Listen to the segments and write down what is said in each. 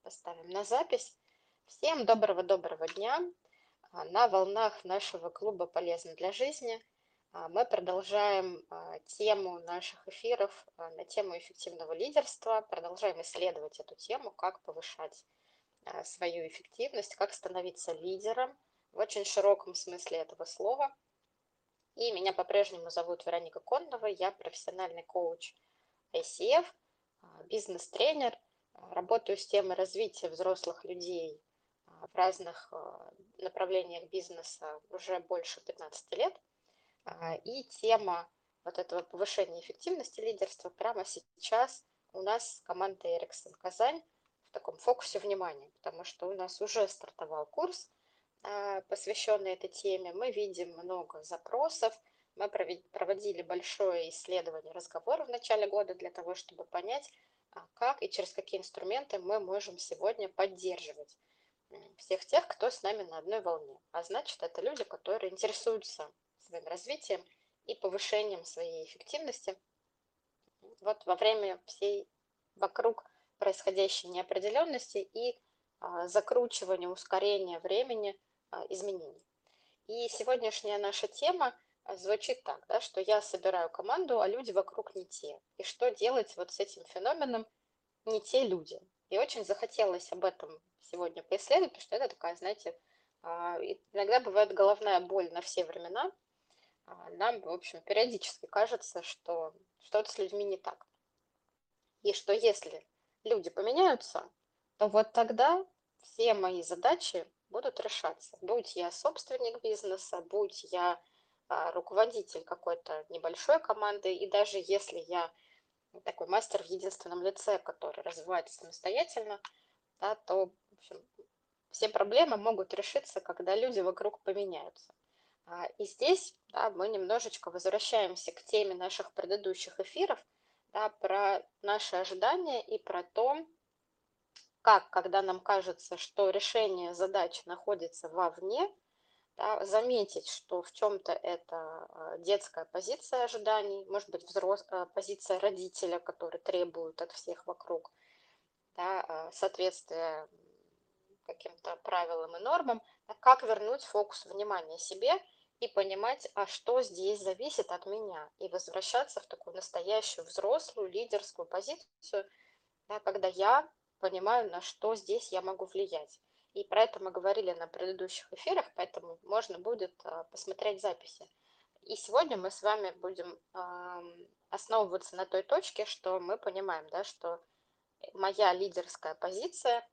Поставим на запись. Всем доброго-доброго дня. На волнах нашего клуба «Полезно для жизни» мы продолжаем тему наших эфиров на тему эффективного лидерства. Продолжаем исследовать эту тему, как повышать свою эффективность, как становиться лидером в очень широком смысле этого слова. И меня по-прежнему зовут Вероника Коннова, я профессиональный коуч ICF, бизнес-тренер, работаю с темой развития взрослых людей в разных направлениях бизнеса уже больше 15 лет. И тема вот этого повышения эффективности лидерства прямо сейчас у нас с командой Эриксон Казань в таком фокусе внимания, потому что у нас уже стартовал курс, посвященный этой теме. Мы видим много запросов. Мы проводили большое исследование, разговор в начале года для того, чтобы понять, как и через какие инструменты мы можем сегодня поддерживать всех тех, кто с нами на одной волне. А значит, это люди, которые интересуются своим развитием и повышением своей эффективности вот во время всей вокруг происходящей неопределенности и закручивания, ускорения времени изменений. И сегодняшняя наша тема звучит так, да, что я собираю команду, а люди вокруг не те. И что делать вот с этим феноменом не те люди. И очень захотелось об этом сегодня поисследовать, потому что это такая, знаете, иногда бывает головная боль на все времена. Нам, в общем, периодически кажется, что что-то с людьми не так. И что если люди поменяются, то вот тогда все мои задачи будут решаться. Будь я собственник бизнеса, будь я руководитель какой-то небольшой команды, и даже если я такой мастер в единственном лице, который развивается самостоятельно, да, то, в общем, все проблемы могут решиться, когда люди вокруг поменяются. И здесь, да, мы немножечко возвращаемся к теме наших предыдущих эфиров, да, про наши ожидания и про то, как, когда нам кажется, что решение задач находится вовне, да, заметить, что в чем-то это детская позиция ожиданий, может быть, позиция родителя, который требует от всех вокруг, да, соответствия каким-то правилам и нормам, а как вернуть фокус внимания себе и понимать, а что здесь зависит от меня, и возвращаться в такую настоящую взрослую лидерскую позицию, да, когда я понимаю, на что здесь я могу влиять. И про это мы говорили на предыдущих эфирах, поэтому можно будет посмотреть записи. И сегодня мы с вами будем основываться на той точке, что мы понимаем, да, что моя лидерская позиция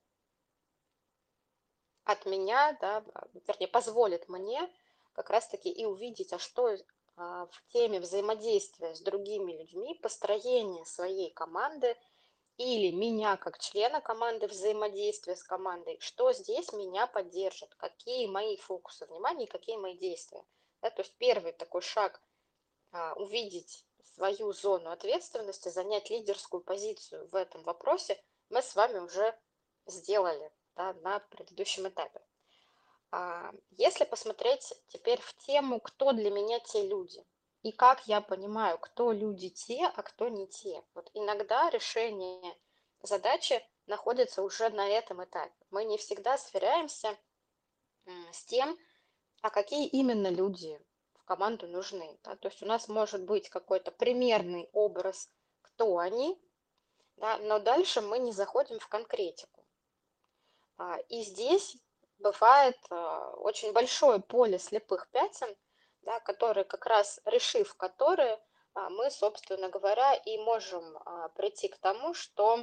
от меня, да, вернее, позволит мне как раз-таки и увидеть, а что в теме взаимодействия с другими людьми, построения своей команды или меня как члена команды, взаимодействия с командой, что здесь меня поддержит, какие мои фокусы внимания и какие мои действия. Да, то есть первый такой шаг увидеть свою зону ответственности, занять лидерскую позицию в этом вопросе, мы с вами уже сделали, да, на предыдущем этапе. Если посмотреть теперь в тему, кто для меня те люди, и как я понимаю, кто люди те, а кто не те. Вот иногда решение задачи находится уже на этом этапе. Мы не всегда сверяемся с тем, а какие именно люди в команду нужны. Да? То есть у нас может быть какой-то примерный образ, кто они, да, но дальше мы не заходим в конкретику. И здесь бывает очень большое поле слепых пятен, да, которые как раз, решив которые, мы, собственно говоря, и можем прийти к тому, что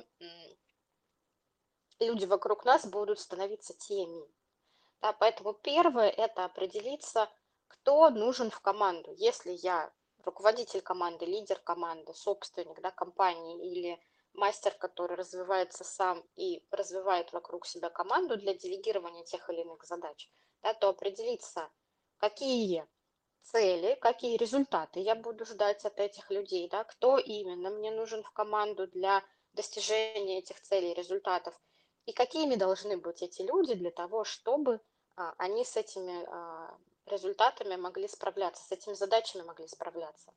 люди вокруг нас будут становиться теми. Да, поэтому первое– это определиться, кто нужен в команду. Если я руководитель команды, лидер команды, собственник, да, компании или мастер, который развивается сам и развивает вокруг себя команду для делегирования тех или иных задач, да, то определиться, какие цели, какие результаты я буду ждать от этих людей, да, кто именно мне нужен в команду для достижения этих целей, результатов, и какими должны быть эти люди для того, чтобы они с этими результатами могли справляться, с этими задачами могли справляться.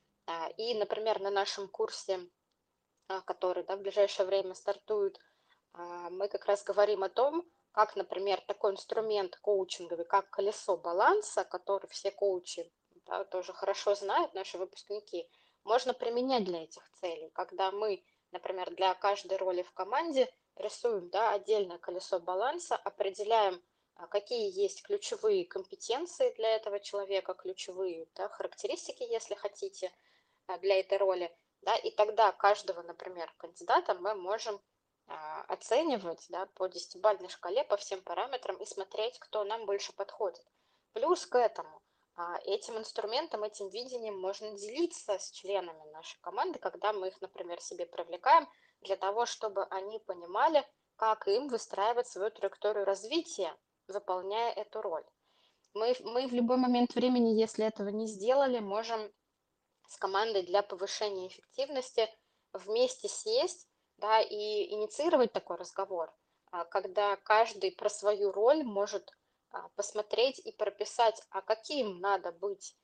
И, например, на нашем курсе, который, да, в ближайшее время стартует, Мы как раз говорим о том, как, например, такой инструмент коучинговый, как колесо баланса, который все коучи, да, тоже хорошо знают, наши выпускники, можно применять для этих целей, когда мы, например, для каждой роли в команде рисуем, да, отдельное колесо баланса, определяем, какие есть ключевые компетенции для этого человека, ключевые, да, характеристики, если хотите, для этой роли, да, и тогда каждого, например, кандидата мы можем оценивать, да, по десятибалльной шкале, по всем параметрам и смотреть, кто нам больше подходит. Плюс к этому, этим инструментом, этим видением можно делиться с членами нашей команды, когда мы их, например, себе привлекаем, для того, чтобы они понимали, как им выстраивать свою траекторию развития, выполняя эту роль. Мы в любой момент времени, если этого не сделали, можем с командой для повышения эффективности вместе сесть, да, и инициировать такой разговор, когда каждый про свою роль может посмотреть и прописать, а каким надо быть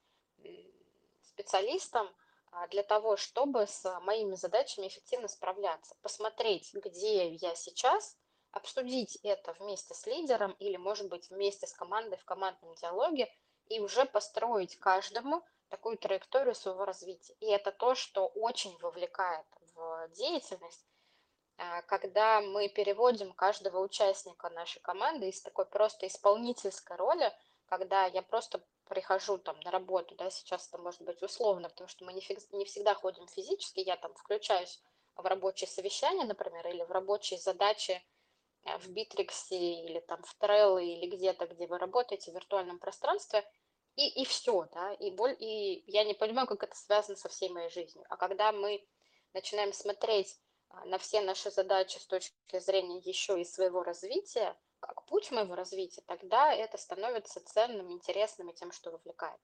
специалистом для того, чтобы с моими задачами эффективно справляться. Посмотреть, где я сейчас, обсудить это вместе с лидером или, может быть, вместе с командой в командном диалоге и уже построить каждому такую траекторию своего развития. И это то, что очень вовлекает в деятельность, когда мы переводим каждого участника нашей команды из такой просто исполнительской роли, когда я просто прихожу там на работу, да, сейчас это может быть условно, потому что мы не всегда ходим физически, я там включаюсь в рабочее совещание, например, или в рабочие задачи в Битриксе или там в Trello или где-то, где вы работаете в виртуальном пространстве, и все, да, и я не понимаю, как это связано со всей моей жизнью. А когда мы начинаем смотреть на все наши задачи с точки зрения еще и своего развития, как путь моего развития, тогда это становится ценным, интересным и тем, что вовлекает.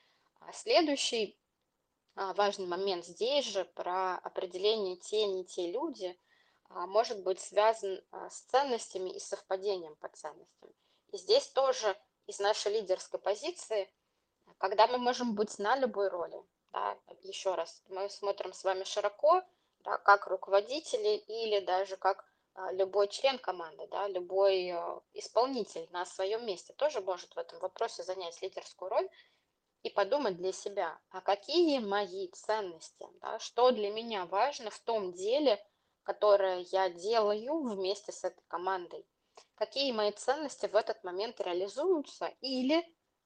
Следующий важный момент здесь же про определение те, не те люди, может быть связан с ценностями и совпадением по ценностям. И здесь тоже из нашей лидерской позиции, когда мы можем быть на любой роли, да, еще раз, мы смотрим с вами широко, да, как руководители или даже как любой член команды, да, любой исполнитель на своем месте тоже может в этом вопросе занять лидерскую роль и подумать для себя, а какие мои ценности, да, что для меня важно в том деле, которое я делаю вместе с этой командой. Какие мои ценности в этот момент реализуются, или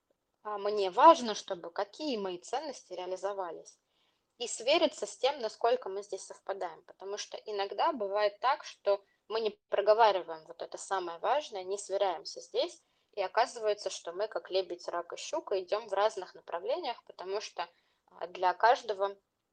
мне важно, чтобы какие мои ценности реализовались. И свериться с тем, насколько мы здесь совпадаем. Потому что иногда бывает так, что мы не проговариваем вот это самое важное, не сверяемся здесь, и оказывается, что мы, как лебедь, рак и щука, идем в разных направлениях, потому что для каждого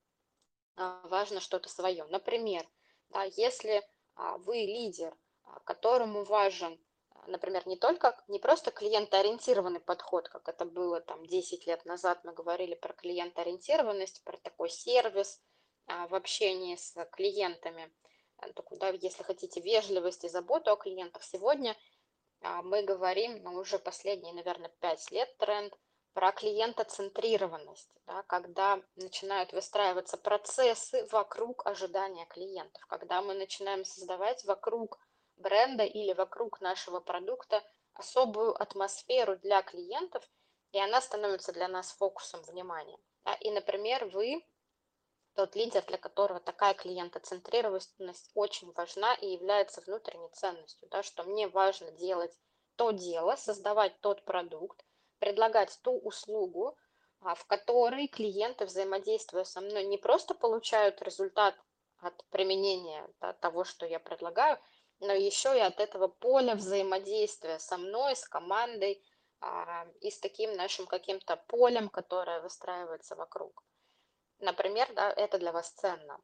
важно что-то свое. Например, да, если вы лидер, которому важен, например, не просто клиентоориентированный подход, как это было там 10 лет назад, мы говорили про клиентоориентированность, про такой сервис в общении с клиентами, такую, да, если хотите, вежливость и заботу о клиентах. Сегодня мы говорим, ну, уже последние, наверное, 5 лет тренд про клиентоцентрированность, да, когда начинают выстраиваться процессы вокруг ожидания клиентов, когда мы начинаем создавать вокруг бренда или вокруг нашего продукта особую атмосферу для клиентов, и она становится для нас фокусом внимания. Да. И, например, вы тот лидер, для которого такая клиентоцентрированность очень важна и является внутренней ценностью, да, что мне важно делать то дело, создавать тот продукт, предлагать ту услугу, в которой клиенты, взаимодействуя со мной, не просто получают результат от применения, да, того, что я предлагаю, но еще и от этого поля взаимодействия со мной, с командой и с таким нашим каким-то полем, которое выстраивается вокруг. Например, да, это для вас ценно.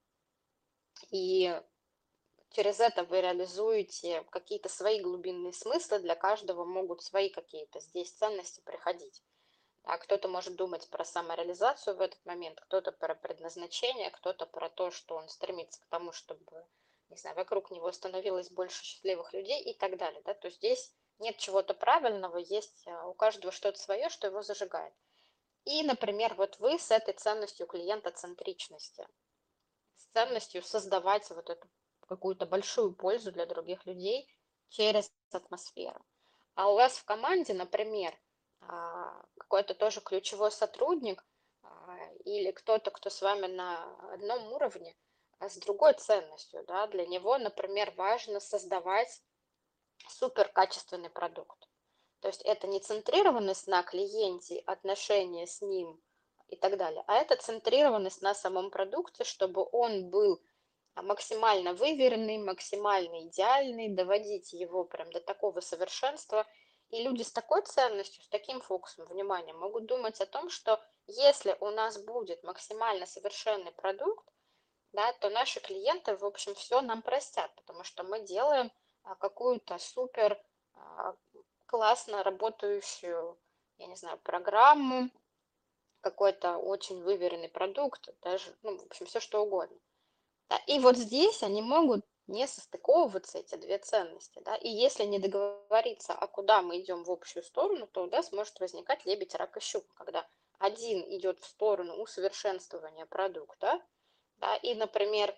И через это вы реализуете какие-то свои глубинные смыслы, для каждого могут свои какие-то здесь ценности приходить. А кто-то может думать про самореализацию в этот момент, кто-то про предназначение, кто-то про то, что он стремится к тому, чтобы, не знаю, вокруг него становилось больше счастливых людей и так далее. Да? То есть здесь нет чего-то правильного, есть у каждого что-то свое, что его зажигает. И, например, вот вы с этой ценностью клиентоцентричности, с ценностью создавать вот эту какую-то большую пользу для других людей через атмосферу. А у вас в команде, например, какой-то тоже ключевой сотрудник или кто-то, кто с вами на одном уровне, с другой ценностью, да, для него, например, важно создавать супер качественный продукт. То есть это не центрированность на клиенте, отношения с ним и так далее, а это центрированность на самом продукте, чтобы он был максимально выверенный, максимально идеальный, доводить его прям до такого совершенства. И люди с такой ценностью, с таким фокусом внимания могут думать о том, что если у нас будет максимально совершенный продукт, да, то наши клиенты, в общем, все нам простят, потому что мы делаем какую-то супер а, классно работающую, я не знаю, программу, какой-то очень выверенный продукт, даже, ну, в общем, все что угодно. Да, и вот здесь они могут не состыковываться, эти две ценности, да, и если не договориться, а куда мы идем в общую сторону, то у нас может возникать лебедь, рак и щука, когда один идет в сторону усовершенствования продукта, да, и, например,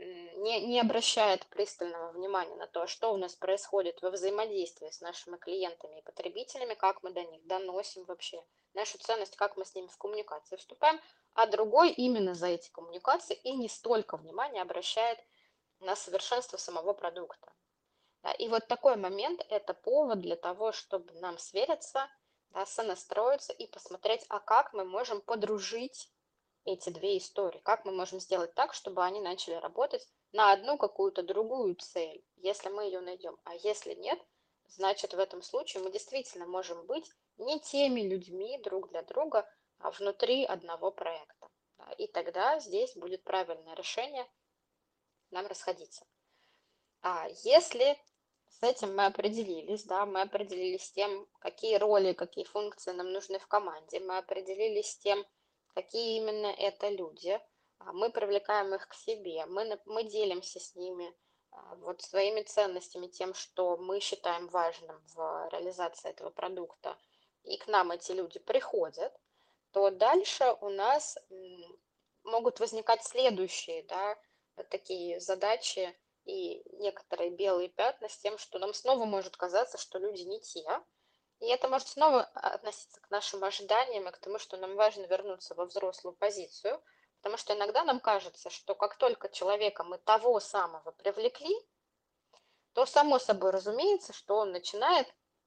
не обращает пристального внимания на то, что у нас происходит во взаимодействии с нашими клиентами и потребителями, как мы до них доносим вообще нашу ценность, как мы с ними в коммуникации вступаем, а другой именно за эти коммуникации и не столько внимания обращает на совершенство самого продукта. Да, и вот такой момент– это повод для того, чтобы нам свериться, да, сонастроиться и посмотреть, а как мы можем подружить эти две истории, как мы можем сделать так, чтобы они начали работать на одну какую-то другую цель, если мы ее найдем. А если нет, значит в этом случае мы действительно можем быть не теми людьми друг для друга, а внутри одного проекта. Да, и тогда здесь будет правильное решение нам расходиться. А если с этим мы определились, да, мы определились с тем, какие роли, какие функции нам нужны в команде, мы определились с тем, какие именно это люди, мы привлекаем их к себе, мы делимся с ними вот своими ценностями, тем, что мы считаем важным в реализации этого продукта, и к нам эти люди приходят, то дальше у нас могут возникать следующие, да, такие задачи и некоторые белые пятна с тем, что нам снова может казаться, что люди не те. И это может снова относиться к нашим ожиданиям и к тому, что нам важно вернуться во взрослую позицию, потому что иногда нам кажется, что как только человека мы того самого привлекли, то само собой разумеется, что он начинает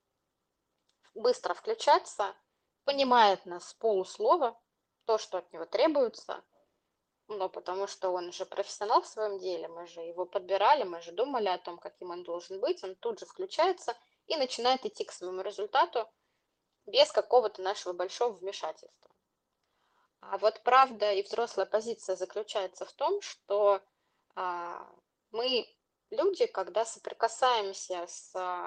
быстро включаться, понимает нас с полуслова, то, что от него требуется, ну, потому что он же профессионал в своем деле, мы же его подбирали, мы же думали о том, каким он должен быть, он тут же включается и начинает идти к своему результату без какого-то нашего большого вмешательства. А вот правда и взрослая позиция заключается в том, что мы люди, когда соприкасаемся с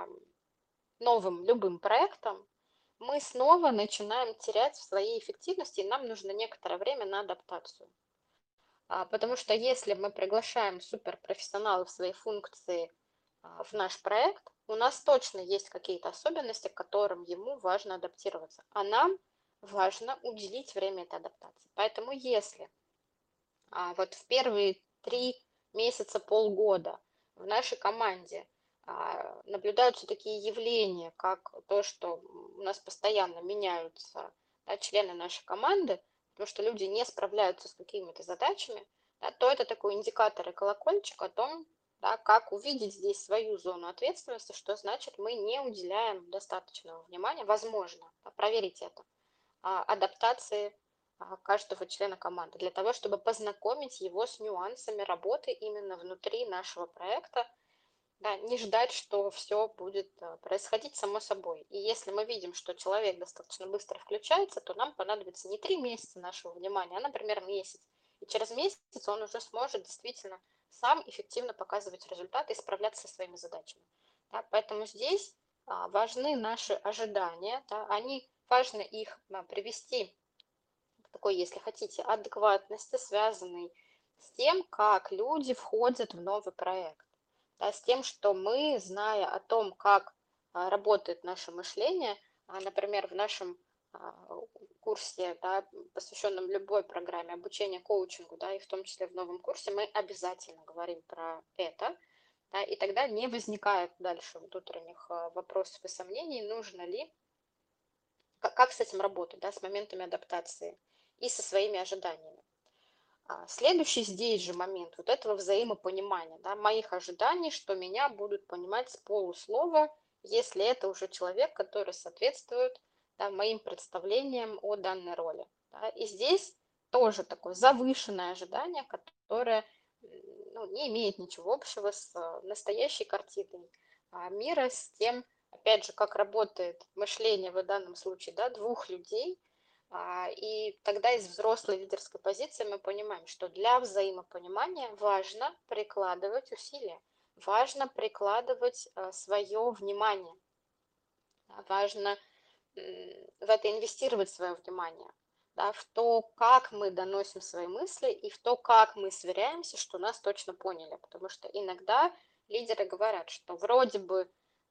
новым любым проектом, мы снова начинаем терять в своей эффективности, и нам нужно некоторое время на адаптацию. Потому что если мы приглашаем суперпрофессионала в свои функции в наш проект, у нас точно есть какие-то особенности, к которым ему важно адаптироваться, а нам важно уделить время этой адаптации. Поэтому если вот в первые 3 месяца, полгода в нашей команде наблюдаются такие явления, как то, что у нас постоянно меняются, да, члены нашей команды, потому что люди не справляются с какими-то задачами, да, то это такой индикатор и колокольчик о том, да, как увидеть здесь свою зону ответственности, что значит мы не уделяем достаточного внимания, возможно, да, проверить это, адаптации каждого члена команды, для того, чтобы познакомить его с нюансами работы именно внутри нашего проекта, да, не ждать, что все будет происходить само собой. И если мы видим, что человек достаточно быстро включается, то нам понадобится не 3 месяца нашего внимания, а, например, месяц. И через месяц он уже сможет действительно сам эффективно показывать результаты и справляться со своими задачами. Да, поэтому здесь важны наши ожидания, да, важно их привести к такой, если хотите, адекватности, связанной с тем, как люди входят в новый проект, да, с тем, что мы, зная о том, как работает наше мышление, например, в нашем курсе, да, посвященном любой программе обучения коучингу, да, и в том числе в новом курсе, мы обязательно говорим про это, да, и тогда не возникает дальше внутренних вопросов и сомнений, нужно ли, как с этим работать, да, с моментами адаптации и со своими ожиданиями. Следующий здесь же момент вот этого взаимопонимания, да, моих ожиданий, что меня будут понимать с полуслова, если это уже человек, который соответствует, да, моим представлениям о данной роли. Да. И здесь тоже такое завышенное ожидание, которое ну, не имеет ничего общего с настоящей картиной мира, с тем, опять же, как работает мышление в данном случае, да, двух людей. И тогда из взрослой лидерской позиции мы понимаем, что для взаимопонимания важно прикладывать усилия, важно прикладывать свое внимание, важно в это инвестировать свое внимание, да, в то, как мы доносим свои мысли и в то, как мы сверяемся, что нас точно поняли. Потому что иногда лидеры говорят, что вроде бы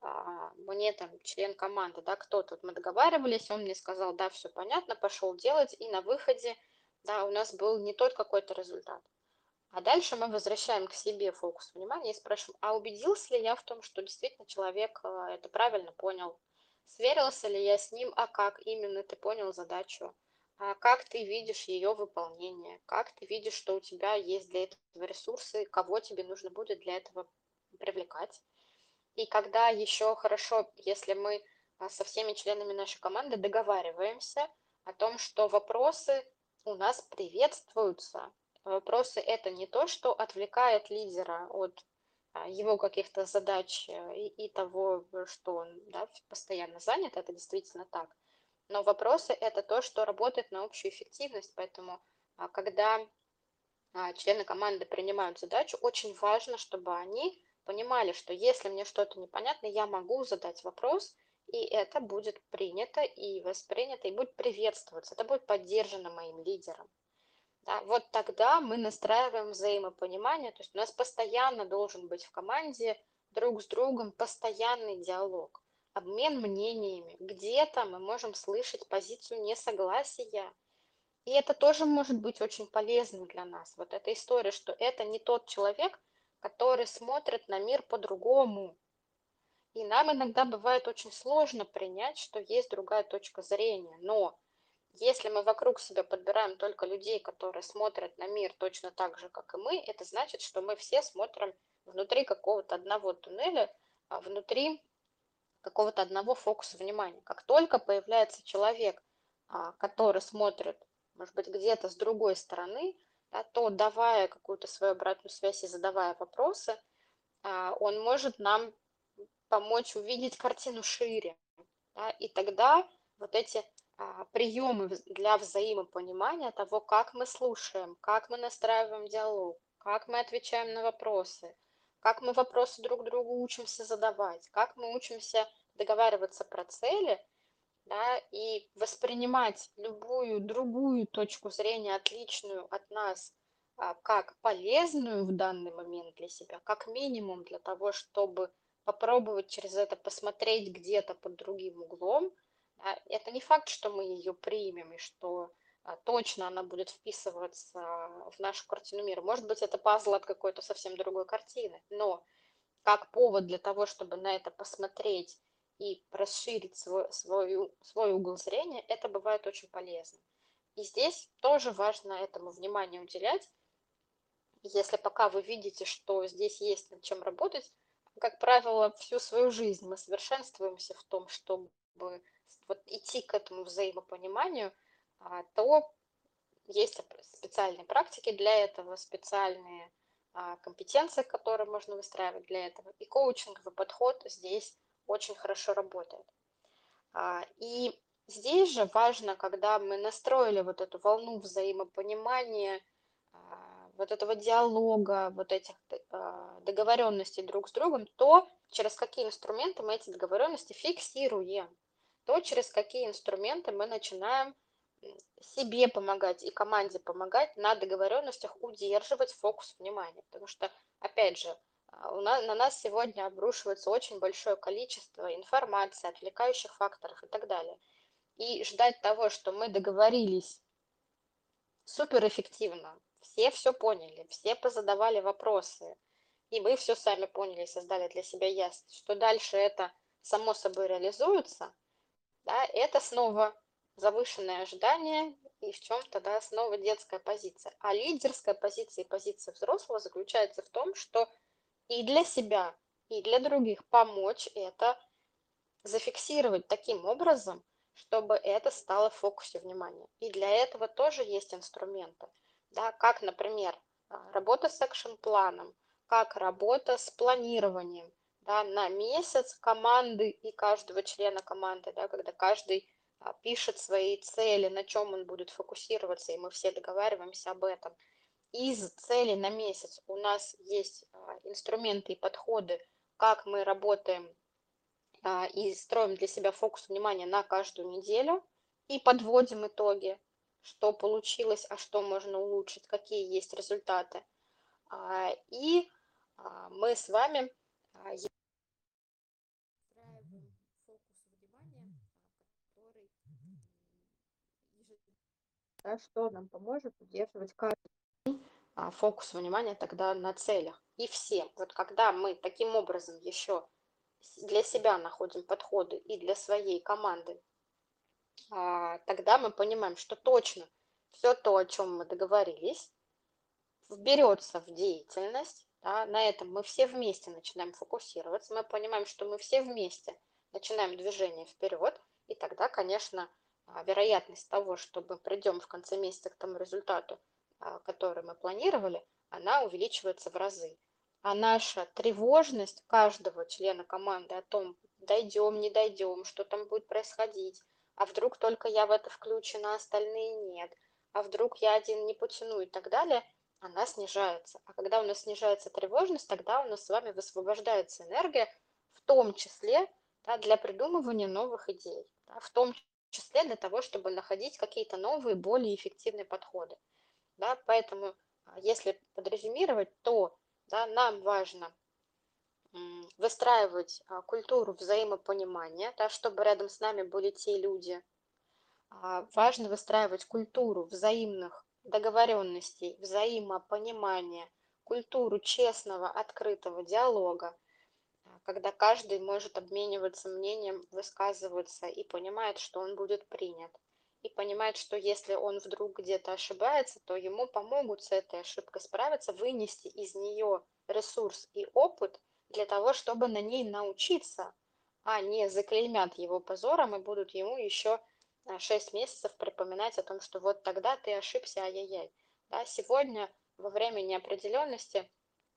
мне там член команды, да, кто-то, вот мы договаривались, он мне сказал, да, все понятно, пошел делать, и на выходе, да, у нас был не тот какой-то результат. А дальше мы возвращаем к себе фокус внимания и спрашиваем, а убедился ли я в том, что действительно человек это правильно понял? Сверился ли я с ним, а как именно ты понял задачу? А как ты видишь ее выполнение? Как ты видишь, что у тебя есть для этого ресурсы? Кого тебе нужно будет для этого привлекать? И когда еще хорошо, если мы со всеми членами нашей команды договариваемся о том, что вопросы у нас приветствуются. Вопросы это не то, что отвлекает лидера от его каких-то задач и того, что он, да, постоянно занят, это действительно так. Но вопросы это то, что работает на общую эффективность, поэтому когда члены команды принимают задачу, очень важно, чтобы они понимали, что если мне что-то непонятно, я могу задать вопрос, и это будет принято и воспринято, и будет приветствоваться, это будет поддержано моим лидером. Да, вот тогда мы настраиваем взаимопонимание, то есть у нас постоянно должен быть в команде друг с другом постоянный диалог, обмен мнениями. Где-то мы можем слышать позицию несогласия, и это тоже может быть очень полезным для нас. Вот эта история, что это не тот человек, который смотрит на мир по-другому. И нам иногда бывает очень сложно принять, что есть другая точка зрения. Но если мы вокруг себя подбираем только людей, которые смотрят на мир точно так же, как и мы, это значит, что мы все смотрим внутри какого-то одного туннеля, внутри какого-то одного фокуса внимания. Как только появляется человек, который смотрит, может быть, где-то с другой стороны, да, то давая какую-то свою обратную связь и задавая вопросы, он может нам помочь увидеть картину шире. Да, и тогда вот эти приемы для взаимопонимания того, как мы слушаем, как мы настраиваем диалог, как мы отвечаем на вопросы, как мы вопросы друг другу учимся задавать, как мы учимся договариваться про цели, да, и воспринимать любую другую точку зрения, отличную от нас, как полезную в данный момент для себя, как минимум для того, чтобы попробовать через это посмотреть где-то под другим углом. Да. Это не факт, что мы ее примем и что точно она будет вписываться в нашу картину мира. Может быть, это пазл от какой-то совсем другой картины, но как повод для того, чтобы на это посмотреть и расширить свой угол зрения, это бывает очень полезно. И здесь тоже важно этому внимание уделять. Если пока вы видите, что здесь есть над чем работать, как правило, всю свою жизнь мы совершенствуемся в том, чтобы вот идти к этому взаимопониманию, то есть специальные практики для этого, специальные компетенции, которые можно выстраивать для этого. И коучинговый подход здесь очень хорошо работает. И здесь же важно, когда мы настроили вот эту волну взаимопонимания, вот этого диалога, вот этих договоренностей друг с другом, то через какие инструменты мы эти договоренности фиксируем, то через какие инструменты мы начинаем себе помогать и команде помогать на договоренностях удерживать фокус внимания. Потому что, опять же, на нас сегодня обрушивается очень большое количество информации, отвлекающих факторов и так далее. и ждать того, что мы договорились суперэффективно, все поняли, все позадавали вопросы, и вы все сами поняли, создали для себя ясность, что дальше это само собой реализуется, да, это снова завышенное ожидание и в чем-то, да, снова детская позиция. А лидерская позиция и позиция взрослого заключается в том, что и для себя, и для других помочь это зафиксировать таким образом, чтобы это стало в фокусе внимания. И для этого тоже есть инструменты, да, как, например, работа с экшн-планом, как работа с планированием, да, на месяц команды и каждого члена команды, да, когда каждый пишет свои цели, на чем он будет фокусироваться, и мы все договариваемся об этом. Из цели на месяц у нас есть инструменты и подходы, как мы работаем и строим для себя фокус внимания на каждую неделю и подводим итоги, что получилось, а что можно улучшить, какие есть результаты. И мы с вами выстраиваем фокус внимания, который да, что нам поможет удерживать каждый фокус внимания тогда на целях. И все. Вот когда мы таким образом еще для себя находим подходы и для своей команды, тогда мы понимаем, что точно все то, о чем мы договорились, берется в деятельность. Да, на этом мы все вместе начинаем фокусироваться. Мы понимаем, что мы все вместе начинаем движение вперед. И тогда, конечно, вероятность того, что мы придем в конце месяца к тому результату, который мы планировали, она увеличивается в разы. А наша тревожность каждого члена команды о том, дойдем, не дойдем, что там будет происходить, а вдруг только я в это включена, а остальные нет, а вдруг я один не потяну и так далее, она снижается. А когда у нас снижается тревожность, тогда у нас с вами высвобождается энергия, в том числе, да, для придумывания новых идей, да, в том числе для того, чтобы находить какие-то новые, более эффективные подходы. Да, поэтому, если подрезюмировать, то да, нам важно выстраивать культуру взаимопонимания, да, чтобы рядом с нами были те люди. Важно выстраивать культуру взаимных договоренностей, взаимопонимания, культуру честного, открытого диалога, когда каждый может обмениваться мнением, высказываться и понимает, что он будет принят. И понимает, что если он вдруг где-то ошибается, то ему помогут с этой ошибкой справиться, вынести из нее ресурс и опыт для того, чтобы на ней научиться, а не заклеймят его позором и будут ему еще 6 месяцев припоминать о том, что вот тогда ты ошибся, ай-яй-яй. Да, сегодня во время неопределенности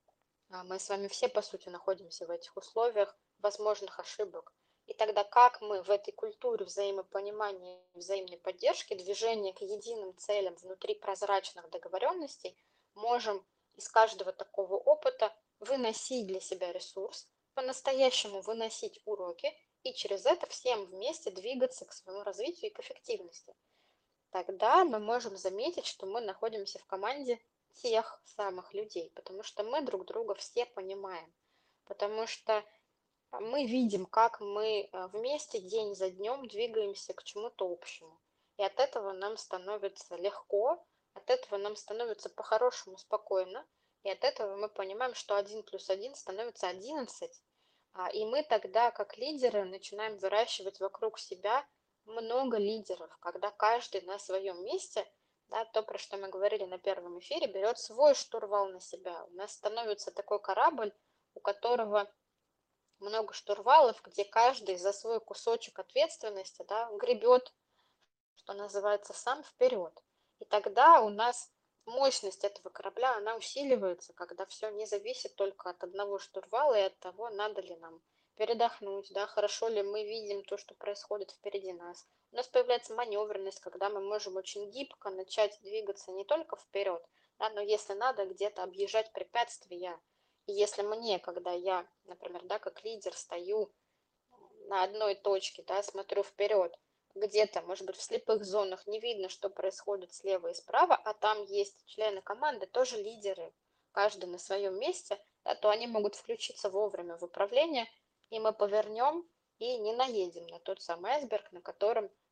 мы с вами все, по сути, находимся в этих условиях возможных ошибок. И тогда как мы в этой культуре взаимопонимания, взаимной поддержки, движения к единым целям внутри прозрачных договоренностей можем из каждого такого опыта выносить для себя ресурс, по-настоящему выносить уроки и через это всем вместе двигаться к своему развитию и к эффективности. Тогда мы можем заметить, что мы находимся в команде тех самых людей, потому что мы друг друга все понимаем, потому что мы видим, как мы вместе день за днем двигаемся к чему-то общему. И от этого нам становится легко, от этого нам становится по-хорошему спокойно, и от этого мы понимаем, что 1 плюс 1 становится 11. И мы тогда, как лидеры, начинаем выращивать вокруг себя много лидеров, когда каждый на своем месте, да, то, про что мы говорили на первом эфире, берет свой штурвал на себя. У нас становится такой корабль, у которого много штурвалов, где каждый за свой кусочек ответственности, да, гребет, что называется, сам вперед. И тогда у нас мощность этого корабля, она усиливается, когда все не зависит только от одного штурвала и от того, надо ли нам передохнуть, да, хорошо ли мы видим то, что происходит впереди нас. У нас появляется маневренность, когда мы можем очень гибко начать двигаться не только вперед, да, но если надо где-то объезжать препятствия. И если мне, когда я, например, да, как лидер стою на одной точке, да, смотрю вперед, где-то, может быть, в слепых зонах не видно, что происходит слева и справа, а там есть члены команды, тоже лидеры, каждый на своем месте, да, то они могут включиться вовремя в управление, и мы повернем и не наедем на тот самый айсберг, на котором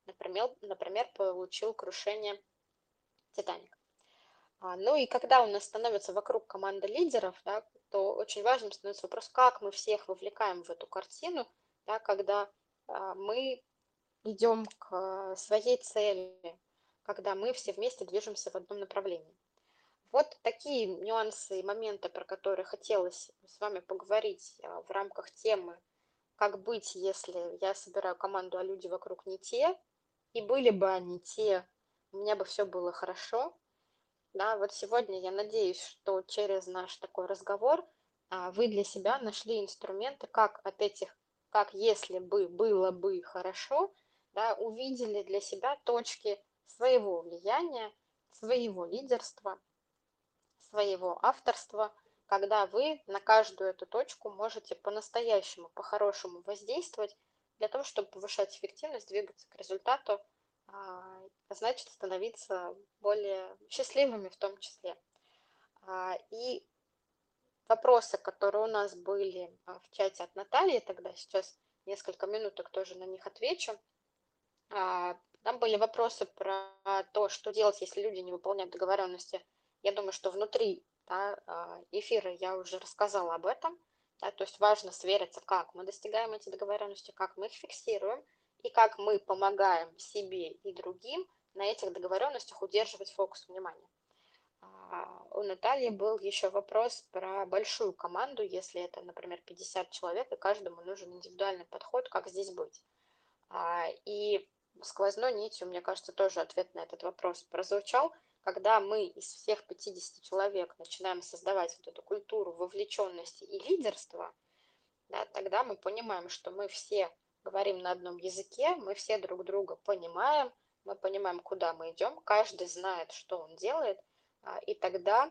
например, получил крушение Титаник. Ну и когда у нас становится вокруг команда лидеров, да, то очень важным становится вопрос, как мы всех вовлекаем в эту картину, да, когда мы идем к своей цели, когда мы все вместе движемся в одном направлении. Вот такие нюансы и моменты, про которые хотелось с вами поговорить в рамках темы «Как быть, если я собираю команду, а люди вокруг не те, и были бы они те, у меня бы все было хорошо». Да, вот сегодня я надеюсь, что через наш такой разговор вы для себя нашли инструменты, как от этих, как если бы было бы хорошо, да, увидели для себя точки своего влияния, своего лидерства, своего авторства, когда вы на каждую эту точку можете по-настоящему, по-хорошему воздействовать для того, чтобы повышать эффективность, двигаться к результату, а значит становиться более счастливыми в том числе. И вопросы, которые у нас были в чате от Натальи, тогда сейчас несколько минуток тоже на них отвечу. Там были вопросы про то, что делать, если люди не выполняют договоренности. Я думаю, что внутри, да, эфира я уже рассказала об этом. Да, то есть важно свериться, как мы достигаем эти договоренности, как мы их фиксируем и как мы помогаем себе и другим на этих договоренностях удерживать фокус внимания. У Натальи был еще вопрос про большую команду, если это, например, 50 человек, и каждому нужен индивидуальный подход, как здесь быть. И сквозной нитью, мне кажется, тоже ответ на этот вопрос прозвучал, когда мы из всех 50 человек начинаем создавать вот эту культуру вовлеченности и лидерства, да, тогда мы понимаем, что мы все говорим на одном языке, мы все друг друга понимаем, мы понимаем, куда мы идем, каждый знает, что он делает, и тогда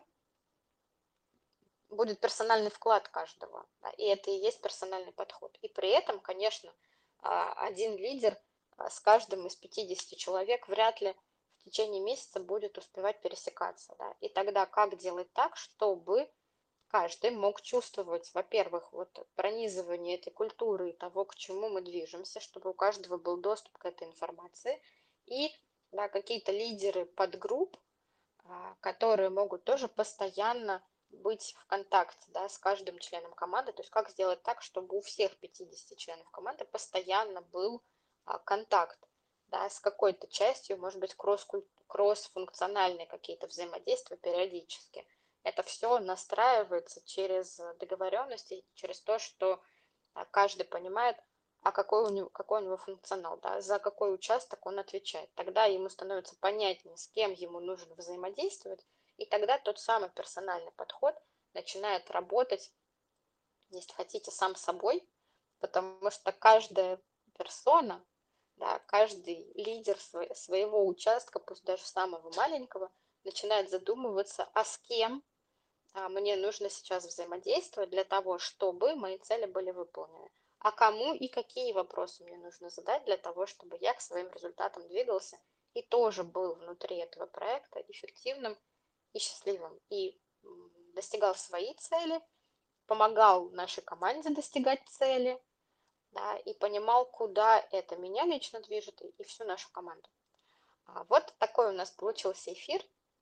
будет персональный вклад каждого, да, и это и есть персональный подход. И при этом, конечно, один лидер с каждым из 50 человек вряд ли в течение месяца будет успевать пересекаться. Да. И тогда как делать так, чтобы каждый мог чувствовать, во-первых, вот пронизывание этой культуры и того, к чему мы движемся, чтобы у каждого был доступ к этой информации, и да, какие-то лидеры подгрупп, которые могут тоже постоянно быть в контакте, да, с каждым членом команды. То есть как сделать так, чтобы у всех 50 членов команды постоянно был контакт, да, с какой-то частью, может быть, кросс-функциональные какие-то взаимодействия периодически. Это все настраивается через договоренности, через то, что каждый понимает, какой у него функционал, да, за какой участок он отвечает. Тогда ему становится понятнее, с кем ему нужно взаимодействовать, и тогда тот самый персональный подход начинает работать, если хотите, сам собой, потому что каждая персона, да, каждый лидер своего участка, пусть даже самого маленького, начинает задумываться, а с кем мне нужно сейчас взаимодействовать для того, чтобы мои цели были выполнены. А кому и какие вопросы мне нужно задать для того, чтобы я к своим результатам двигался и тоже был внутри этого проекта эффективным и счастливым. И достигал свои цели, помогал нашей команде достигать цели, да, и понимал, куда это меня лично движет и всю нашу команду. Вот такой у нас получился эфир.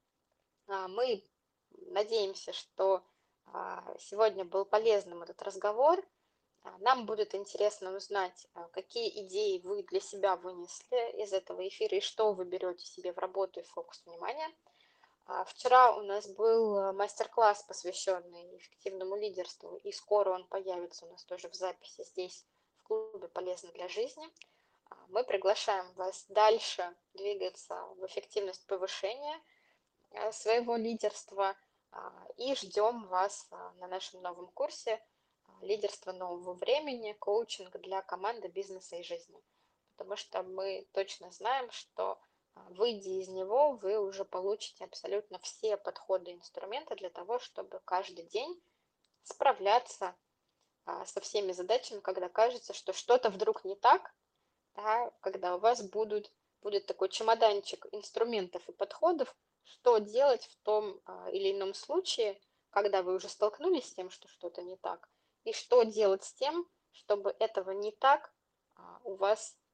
Мы надеемся, что сегодня был полезным этот разговор. Нам будет интересно узнать, какие идеи вы для себя вынесли из этого эфира и что вы берете себе в работу и фокус внимания. Вчера у нас был мастер-класс, посвященный эффективному лидерству, и скоро он появится у нас тоже в записи здесь, в клубе «Полезно для жизни». Мы приглашаем вас дальше двигаться в эффективность повышения своего лидерства и ждем вас на нашем новом курсе «Лидерство нового времени. Коучинг для команды, бизнеса и жизни». Потому что мы точно знаем, что выйдя из него, вы уже получите абсолютно все подходы и инструменты для того, чтобы каждый день справляться со всеми задачами, когда кажется, что что-то вдруг не так, да, когда у вас будет такой чемоданчик инструментов и подходов, что делать в том или ином случае, когда вы уже столкнулись с тем, что что-то не так, и что делать с тем, чтобы этого не так у вас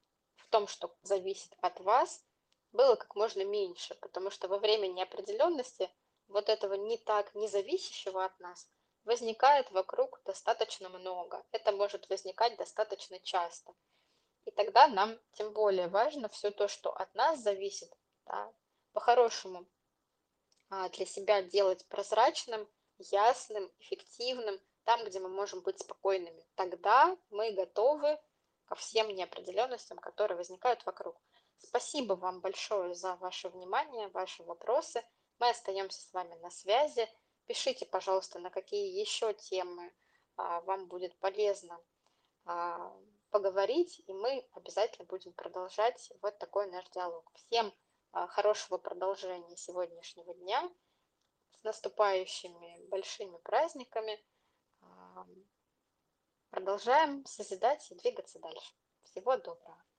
том, что зависит от вас, было как можно меньше, потому что во время неопределенности вот этого не так, не зависящего от нас, возникает вокруг достаточно много. Это может возникать достаточно часто. И тогда нам тем более важно все то, что от нас зависит, да, по-хорошему для себя делать прозрачным, ясным, эффективным, там, где мы можем быть спокойными. Тогда мы готовы ко всем неопределенностям, которые возникают вокруг. Спасибо вам большое за ваше внимание, ваши вопросы. Мы остаемся с вами на связи. Пишите, пожалуйста, на какие еще темы вам будет полезно а, поговорить, и мы обязательно будем продолжать вот такой наш диалог. Всем хорошего продолжения сегодняшнего дня, с наступающими большими праздниками. А, Продолжаем созидать и двигаться дальше. Всего доброго.